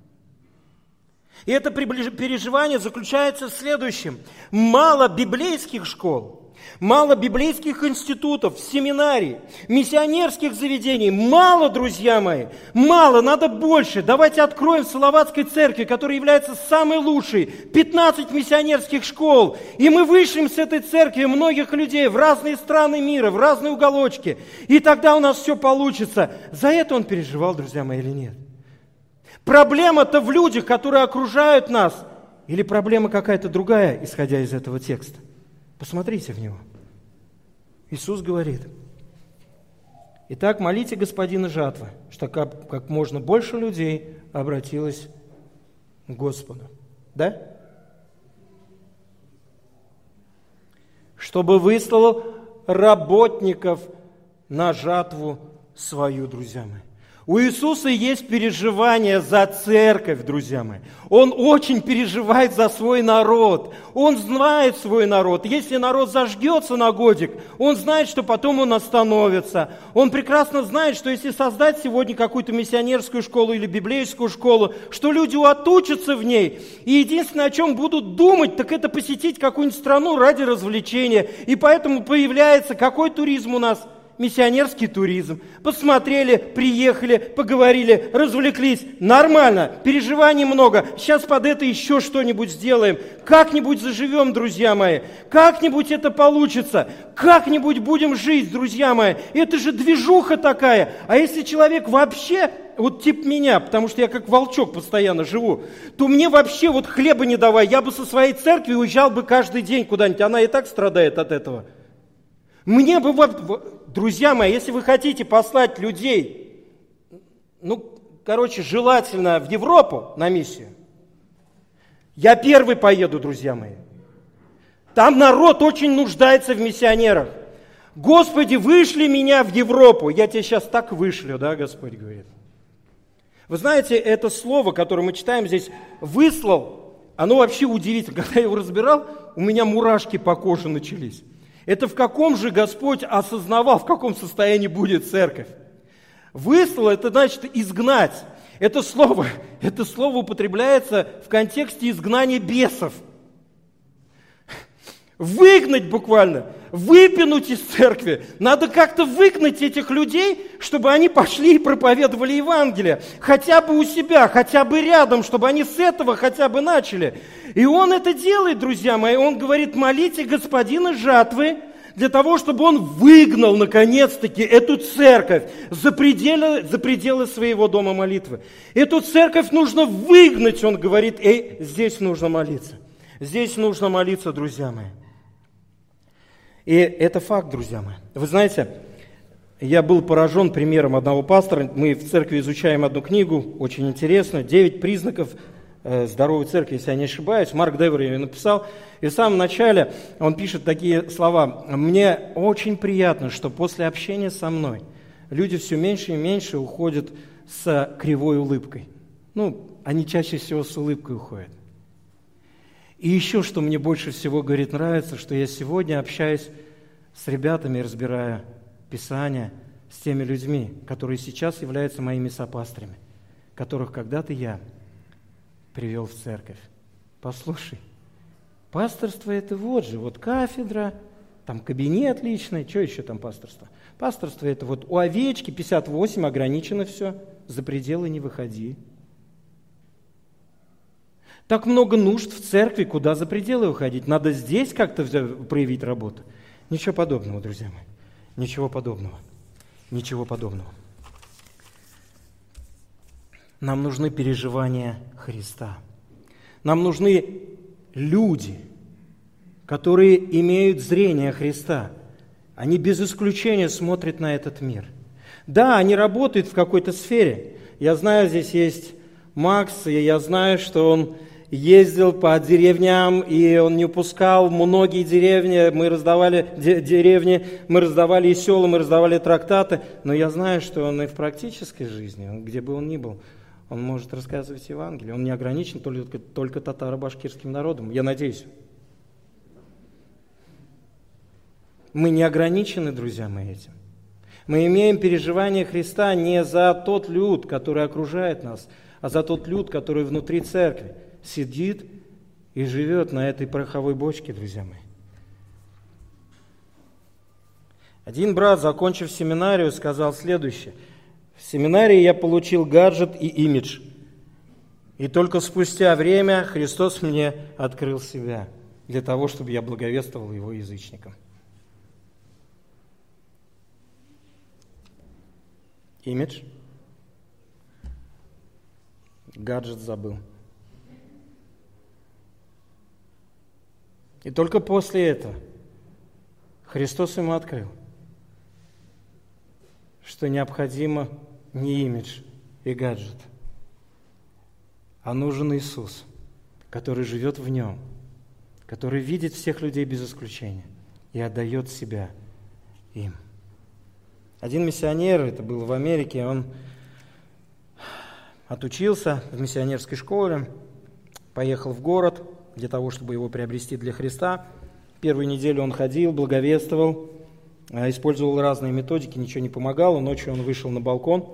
И это переживание заключается в следующем. Мало библейских школ, мало библейских институтов, семинарий, миссионерских заведений. Мало, друзья мои, мало, надо больше. Давайте откроем в Салаватской церкви, которая является самой лучшей, пятнадцать миссионерских школ. И мы вышлем с этой церкви многих людей в разные страны мира, в разные уголочки. И тогда у нас все получится. За это Он переживал, друзья мои, или нет? Проблема-то в людях, которые окружают нас, или проблема какая-то другая, исходя из этого текста? Посмотрите в него. Иисус говорит: «Итак, молите Господина жатвы, чтобы как, как можно больше людей обратилось к Господу». Да? «Чтобы выслал работников на жатву свою», друзья мои. У Иисуса есть переживание за церковь, друзья мои. Он очень переживает за свой народ. Он знает свой народ. Если народ зажгется на годик, он знает, что потом он остановится. Он прекрасно знает, что если создать сегодня какую-то миссионерскую школу или библейскую школу, что люди отучатся в ней. И единственное, о чем будут думать, так это посетить какую-нибудь страну ради развлечения. И поэтому появляется какой туризм у нас? Миссионерский туризм. Посмотрели, приехали, поговорили, развлеклись. Нормально, переживаний много. Сейчас под это еще что-нибудь сделаем. Как-нибудь заживем, друзья мои. Как-нибудь это получится. Как-нибудь будем жить, друзья мои. Это же движуха такая. А если человек вообще, вот типа меня, потому что я как волчок постоянно живу, то мне вообще вот хлеба не давай. Я бы со своей церкви уезжал бы каждый день куда-нибудь. Она и так страдает от этого. Мне бы вот, друзья мои, если вы хотите послать людей, ну, короче, желательно в Европу на миссию, я первый поеду, друзья мои. Там народ очень нуждается в миссионерах. Господи, вышли меня в Европу. Я тебя сейчас так вышлю, да, Господь говорит. Вы знаете, это слово, которое мы читаем здесь, «выслал», оно вообще удивительно. Когда я его разбирал, у меня мурашки по коже начались. Это в каком же Господь осознавал, в каком состоянии будет церковь? Выслал – это значит изгнать. Это слово, это слово употребляется в контексте изгнания бесов. Выгнать буквально, выпинуть из церкви. Надо как-то выгнать этих людей, чтобы они пошли и проповедовали Евангелие. Хотя бы у себя, хотя бы рядом, чтобы они с этого хотя бы начали. И Он это делает, друзья мои. Он говорит: молите Господина жатвы, для того, чтобы Он выгнал, наконец-таки, эту церковь за пределы, за пределы своего дома молитвы. Эту церковь нужно выгнать, Он говорит, и здесь нужно молиться. Здесь нужно молиться, друзья мои. И это факт, друзья мои. Вы знаете, Я был поражен примером одного пастора. Мы в церкви изучаем одну книгу, очень интересную, «Девять признаков здоровой церкви», если я не ошибаюсь. Марк Девер ее написал. И в самом начале он пишет такие слова: «Мне очень приятно, что после общения со мной люди все меньше и меньше уходят с кривой улыбкой». Ну, они чаще всего с улыбкой уходят. И еще, что мне больше всего, говорит, нравится, что я сегодня общаюсь с ребятами, разбирая Писание, с теми людьми, которые сейчас являются моими сопасторами, которых когда-то я привел в церковь. Послушай, пасторство – это вот же, вот кафедра, там кабинет личный, что еще там пасторство? Пасторство – это вот у овечки пятьдесят восемь, ограничено все, за пределы не выходи. Так много нужд в церкви, куда за пределы уходить? Надо здесь как-то проявить работу. Ничего подобного, друзья мои. Ничего подобного. Ничего подобного. Нам нужны переживания Христа. Нам нужны люди, которые имеют зрение Христа. Они без исключения смотрят на этот мир. Да, они работают в какой-то сфере. Я знаю, здесь есть Макс, и я знаю, что он ездил по деревням, и он не упускал многие деревни, мы раздавали де- деревни, мы раздавали и села, мы раздавали трактаты, но я знаю, что он и в практической жизни, где бы он ни был, он может рассказывать Евангелие, он не ограничен только, только татаро-башкирским народом, я надеюсь. Мы не ограничены, друзья мои, этим. Мы имеем переживание Христа не за тот люд, который окружает нас, а за тот люд, который внутри церкви сидит и живет на этой пороховой бочке, друзья мои. Один брат, закончив семинарию, сказал следующее: в семинарии я получил гаджет и имидж, и только спустя время Христос мне открыл себя для того, чтобы я благовествовал Его язычникам. Имидж, гаджет забыл. И только после этого Христос ему открыл, что необходимо не имидж и гаджет, а нужен Иисус, который живет в нем, который видит всех людей без исключения и отдает себя им. Один миссионер, это было в Америке, он отучился в миссионерской школе, поехал в город для того, чтобы его приобрести для Христа. Первую неделю он ходил, благовествовал, использовал разные методики, ничего не помогало. Ночью он вышел на балкон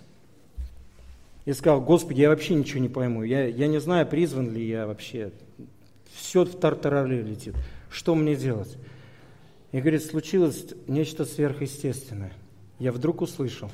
и сказал: «Господи, я вообще ничего не пойму, я, я не знаю, призван ли я вообще, все в тартарары летит, что мне делать?» И говорит, случилось нечто сверхъестественное. Я вдруг услышал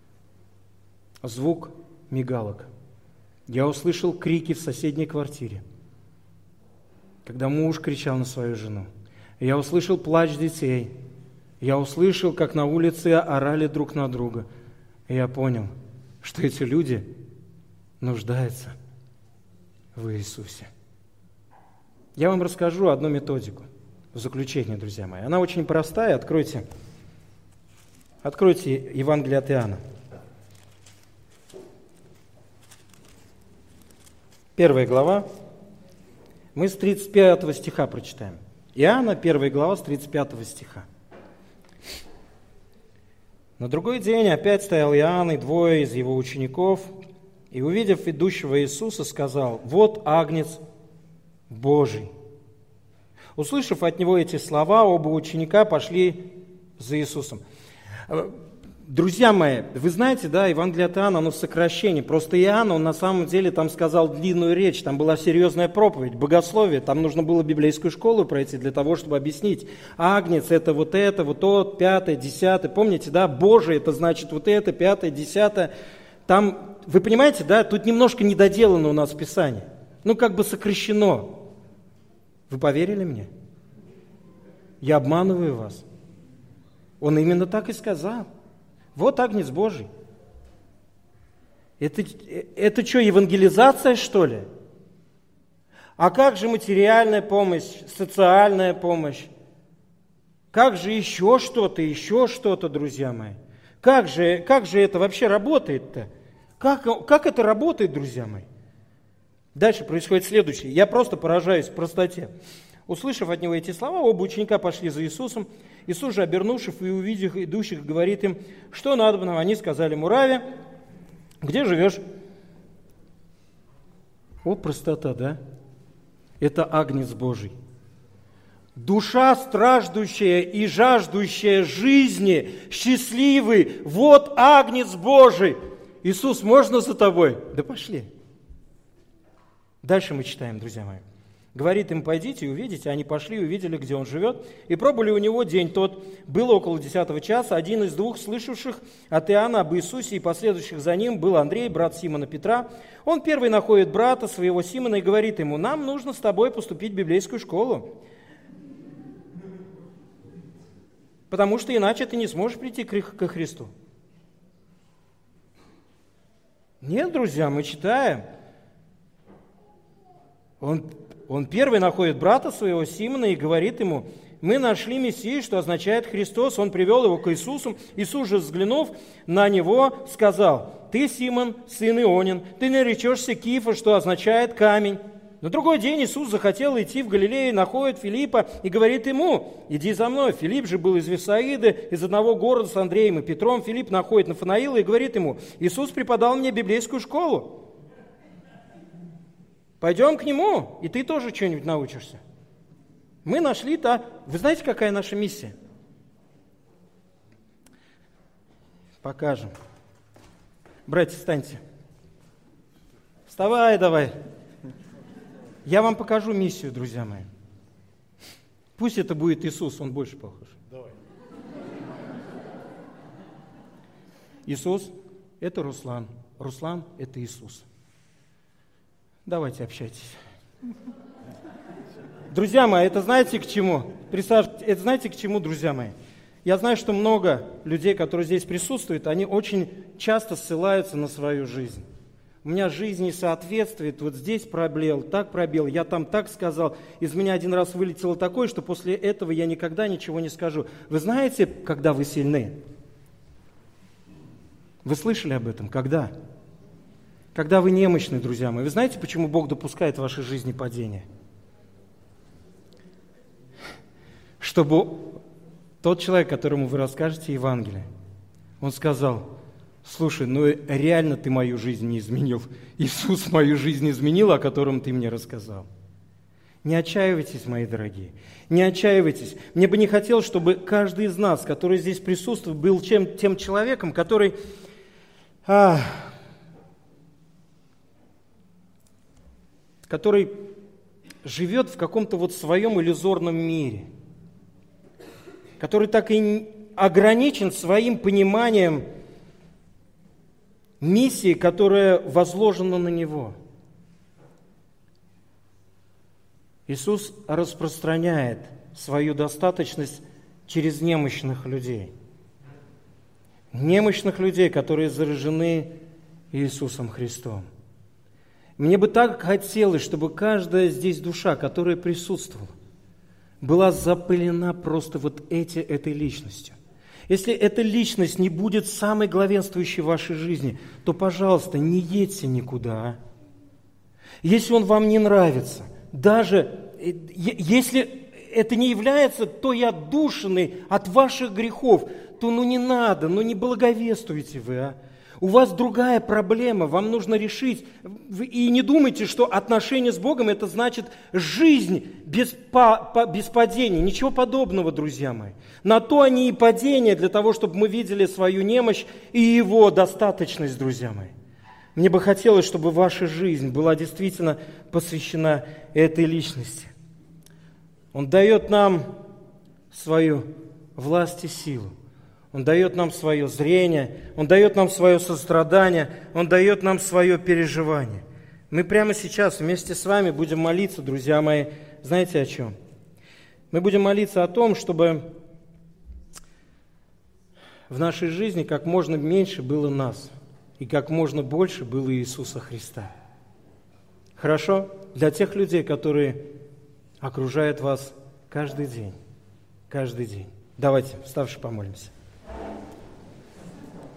звук мигалок. Я услышал крики в соседней квартире, когда муж кричал на свою жену. Я услышал плач детей. Я услышал, как на улице орали друг на друга. И я понял, что эти люди нуждаются в Иисусе. Я вам расскажу одну методику в заключение, друзья мои. Она очень простая. Откройте, откройте Евангелие от Иоанна. Первая глава. Мы с тридцать пятого стиха прочитаем. Иоанна, первая глава, с тридцать пятого стиха. На другой день опять стоял Иоанн и двое из его учеников, и, увидев идущего Иисуса, сказал: «Вот Агнец Божий». Услышав от него эти слова, оба ученика пошли за Иисусом. Друзья мои, вы знаете, да, Евангелие от Иоанна, оно в сокращении. Просто Иоанн, он на самом деле там сказал длинную речь, там была серьезная проповедь, богословие, там нужно было библейскую школу пройти для того, чтобы объяснить. Агнец – это вот это, вот то, пятое, десятое. Помните, да, Божий – это значит вот это, пятое, десятое. Там, вы понимаете, да, тут немножко недоделано у нас Писание. Ну, как бы сокращено. Вы поверили мне? Я обманываю вас. Он именно так и сказал. Вот Агнец Божий. Это, это что, евангелизация, что ли? А как же материальная помощь, социальная помощь? Как же еще что-то, еще что-то, друзья мои? Как же, как же это вообще работает-то? Как, как это работает, друзья мои? Дальше происходит следующее. Я просто поражаюсь простоте. Услышав от него эти слова, оба ученика пошли за Иисусом. Иисус же, обернувшись и увидев идущих, говорит им: что надо нам? Они сказали ему: Рави, где живешь? О, простота, да? Это Агнец Божий. Душа, страждущая и жаждущая жизни, счастливый, вот Агнец Божий. Иисус, можно за тобой? Да пошли. Дальше мы читаем, друзья мои. Говорит им: пойдите и увидите. Они пошли и увидели, где он живет, и пробыли у него день тот. Было около десятого часа. Один из двух слышавших от Иоанна об Иисусе и последующих за ним был Андрей, брат Симона Петра. Он первый находит брата своего Симона и говорит ему: нам нужно с тобой поступить в библейскую школу, потому что иначе ты не сможешь прийти ко Христу. Нет, друзья, мы читаем. Он, он первый находит брата своего Симона и говорит ему: мы нашли Мессию, что означает Христос. Он привел его к Иисусу. Иисус же, взглянув на него, сказал: ты, Симон, сын Ионин, ты наречешься Кифа, что означает камень. На другой день Иисус захотел идти в Галилею, находит Филиппа и говорит ему: иди за мной. Филипп же был из Вифсаиды, из одного города с Андреем и Петром. Филипп находит Нафанаила и говорит ему: Иисус преподал мне библейскую школу. Пойдем к нему, и ты тоже что-нибудь научишься. Мы нашли-то... Вы знаете, какая наша миссия? Покажем. Братья, встаньте. Вставай давай. Я вам покажу миссию, друзья мои. Пусть это будет Иисус, он больше похож. Давай. Иисус – это Руслан. Руслан – это Иисус. Давайте общайтесь. Друзья мои, это знаете к чему? Присаживайтесь. Это знаете к чему, друзья мои? Я знаю, что много людей, которые здесь присутствуют, они очень часто ссылаются на свою жизнь. У меня жизнь не соответствует, вот здесь пробел, так пробел, я там так сказал. Из меня один раз вылетело такое, что после этого я никогда ничего не скажу. Вы знаете, когда вы сильны? Вы слышали об этом? Когда? Когда вы немощны, друзья мои. Вы знаете, почему Бог допускает в вашей жизни падения? Чтобы тот человек, которому вы расскажете Евангелие, он сказал: слушай, ну реально ты мою жизнь не изменил. Иисус мою жизнь изменил, о котором ты мне рассказал. Не отчаивайтесь, мои дорогие, не отчаивайтесь. Мне бы не хотелось, чтобы каждый из нас, который здесь присутствует, был чем, тем человеком, который... А, который живет в каком-то вот своем иллюзорном мире, который так и ограничен своим пониманием миссии, которая возложена на него. Иисус распространяет свою достаточность через немощных людей. Немощных людей, которые заражены Иисусом Христом. Мне бы так хотелось, чтобы каждая здесь душа, которая присутствовала, была запылена просто вот эти, этой личностью. Если эта личность не будет самой главенствующей в вашей жизни, то, пожалуйста, не едьте никуда. А? Если он вам не нравится, даже если это не является той отдушиной от ваших грехов, то ну не надо, ну не благовествуйте вы, а. У вас другая проблема, вам нужно решить. И не думайте, что отношения с Богом – это значит жизнь без, по, по, без падений. Ничего подобного, друзья мои. На то они и падения, для того, чтобы мы видели свою немощь и Его достаточность, друзья мои. Мне бы хотелось, чтобы ваша жизнь была действительно посвящена этой личности. Он дает нам свою власть и силу. Он дает нам свое зрение, Он дает нам свое сострадание, Он дает нам свое переживание. Мы прямо сейчас вместе с вами будем молиться, друзья мои, знаете о чем? Мы будем молиться о том, чтобы в нашей жизни как можно меньше было нас, и как можно больше было Иисуса Христа. Хорошо? Для тех людей, которые окружают вас каждый день. Каждый день. Давайте, вставши, помолимся.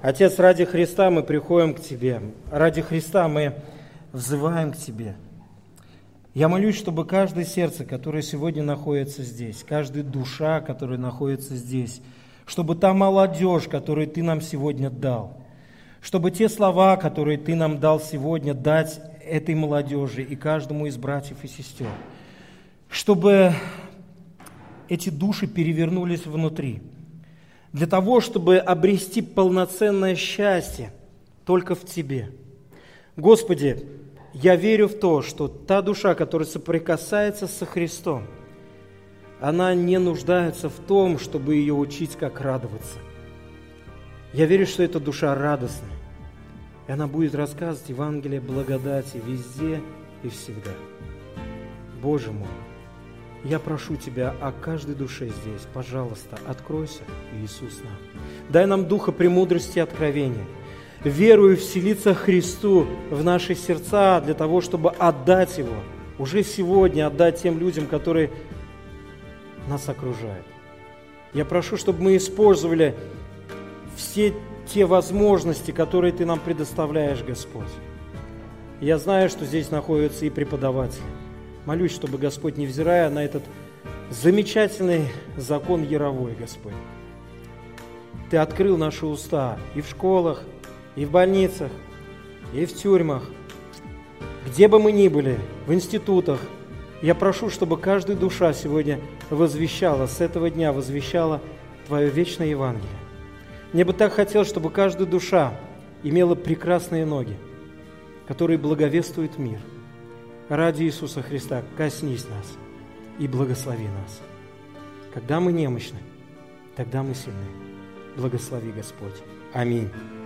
Отец, ради Христа мы приходим к Тебе, ради Христа мы взываем к Тебе. Я молюсь, чтобы каждое сердце, которое сегодня находится здесь, каждая душа, которая находится здесь, чтобы та молодежь, которую Ты нам сегодня дал, чтобы те слова, которые Ты нам дал сегодня, дать этой молодежи и каждому из братьев и сестер, чтобы эти души перевернулись внутри, для того, чтобы обрести полноценное счастье только в Тебе. Господи, я верю в то, что та душа, которая соприкасается со Христом, она не нуждается в том, чтобы ее учить, как радоваться. Я верю, что эта душа радостная, и она будет рассказывать Евангелие благодати везде и всегда. Боже мой, я прошу Тебя о каждой душе здесь. Пожалуйста, откройся, Иисус, нам. Дай нам духа премудрости и откровения, верую вселиться Христу в наши сердца для того, чтобы отдать Его, уже сегодня отдать тем людям, которые нас окружают. Я прошу, чтобы мы использовали все те возможности, которые Ты нам предоставляешь, Господь. Я знаю, что здесь находятся и преподаватели. Молюсь, чтобы Господь, невзирая на этот замечательный закон Яровой, Господь, Ты открыл наши уста и в школах, и в больницах, и в тюрьмах, где бы мы ни были, в институтах. Я прошу, чтобы каждая душа сегодня возвещала, с этого дня возвещала Твое вечное Евангелие. Мне бы так хотелось, чтобы каждая душа имела прекрасные ноги, которые благовествуют мир. Ради Иисуса Христа коснись нас и благослови нас. Когда мы немощны, тогда мы сильны. Благослови, Господь. Аминь.